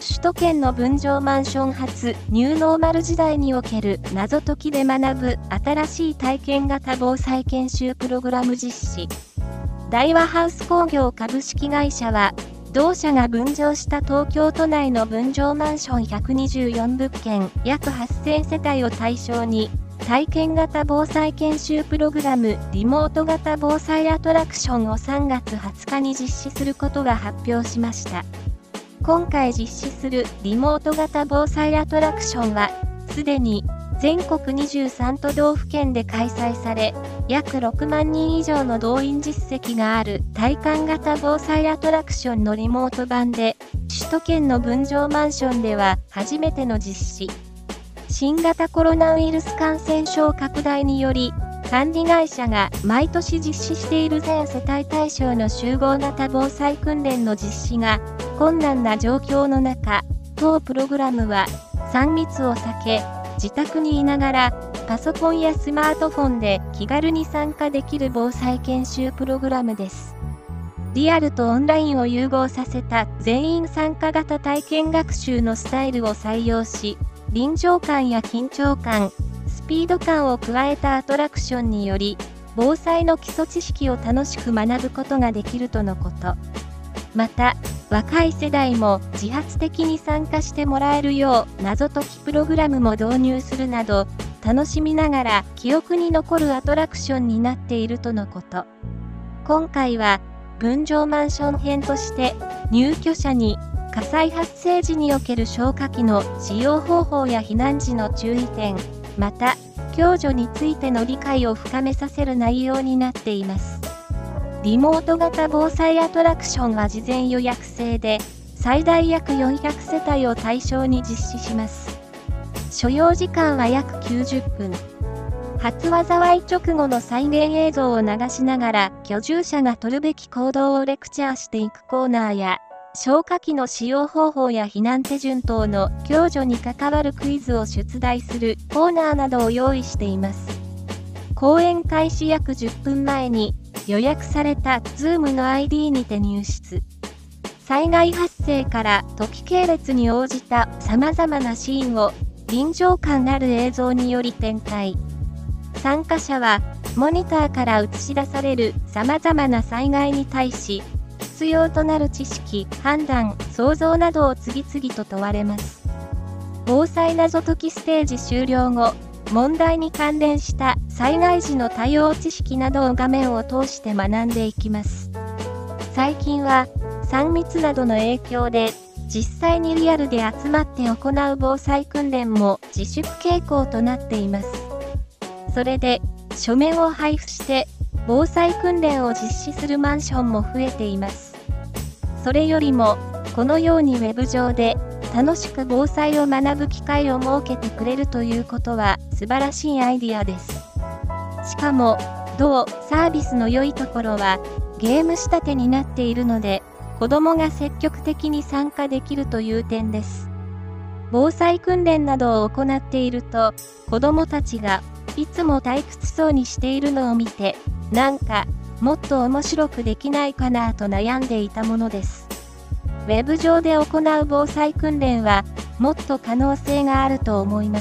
首都圏の分譲マンション発ニューノーマル時代における謎解きで学ぶ新しい体験型防災研修プログラム実施。大和ハウス工業株式会社は、同社が分譲した東京都内の分譲マンション124物件約8000世帯を対象に、体験型防災研修プログラムリモート型防災アトラクションを3月20日に実施することが発表しました。今回実施するリモート型防災アトラクションは、すでに全国23都道府県で開催され、約6万人以上の動員実績がある体感型防災アトラクションのリモート版で、首都圏の分譲マンションでは初めての実施。新型コロナウイルス感染症拡大により、管理会社が毎年実施している全世帯対象の集合型防災訓練の実施が困難な状況の中、当プログラムは3密を避け、自宅にいながらパソコンやスマートフォンで気軽に参加できる防災研修プログラムです。リアルとオンラインを融合させた全員参加型体験学習のスタイルを採用し、臨場感や緊張感、スピード感を加えたアトラクションにより、防災の基礎知識を楽しく学ぶことができるとのこと。また、若い世代も自発的に参加してもらえるよう謎解きプログラムも導入するなど、楽しみながら記憶に残るアトラクションになっているとのこと。今回は、分譲マンション編として、入居者に火災発生時における消火器の使用方法や避難時の注意点、また、共助についての理解を深めさせる内容になっています。リモート型防災アトラクションは事前予約制で、最大約400世帯を対象に実施します。所要時間は約90分。初災い直後の再現映像を流しながら、居住者が取るべき行動をレクチャーしていくコーナーや、消火器の使用方法や避難手順等の共助に関わるクイズを出題するコーナーなどを用意しています。講演開始約10分前に予約された Zoom の ID にて入室。災害発生から時系列に応じた様々なシーンを臨場感ある映像により展開。参加者はモニターから映し出される様々な災害に対し、必要となる知識、判断、想像などを次々と問われます。防災謎解きステージ終了後、問題に関連した災害時の対応知識などを画面を通して学んでいきます。最近は3密などの影響で、実際にリアルで集まって行う防災訓練も自粛傾向となっています。それで、書面を配布して、防災訓練を実施するマンションも増えています。それよりも、このようにウェブ上で楽しく防災を学ぶ機会を設けてくれるということは素晴らしいアイディアです。しかも、同サービスの良いところは、ゲーム仕立てになっているので、子どもが積極的に参加できるという点です。防災訓練などを行っていると、子どもたちがいつも退屈そうにしているのを見て、なんか、もっと面白くできないかなと悩んでいたものです。ウェブ上で行う防災訓練は、もっと可能性があると思います。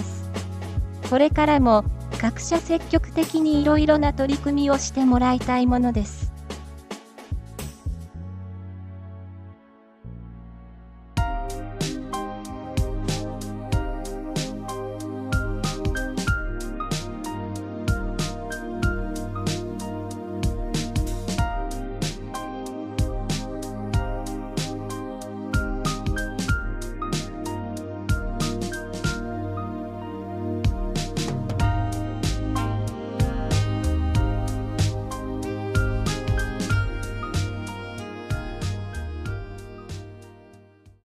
これからも、各社積極的にいろいろな取り組みをしてもらいたいものです。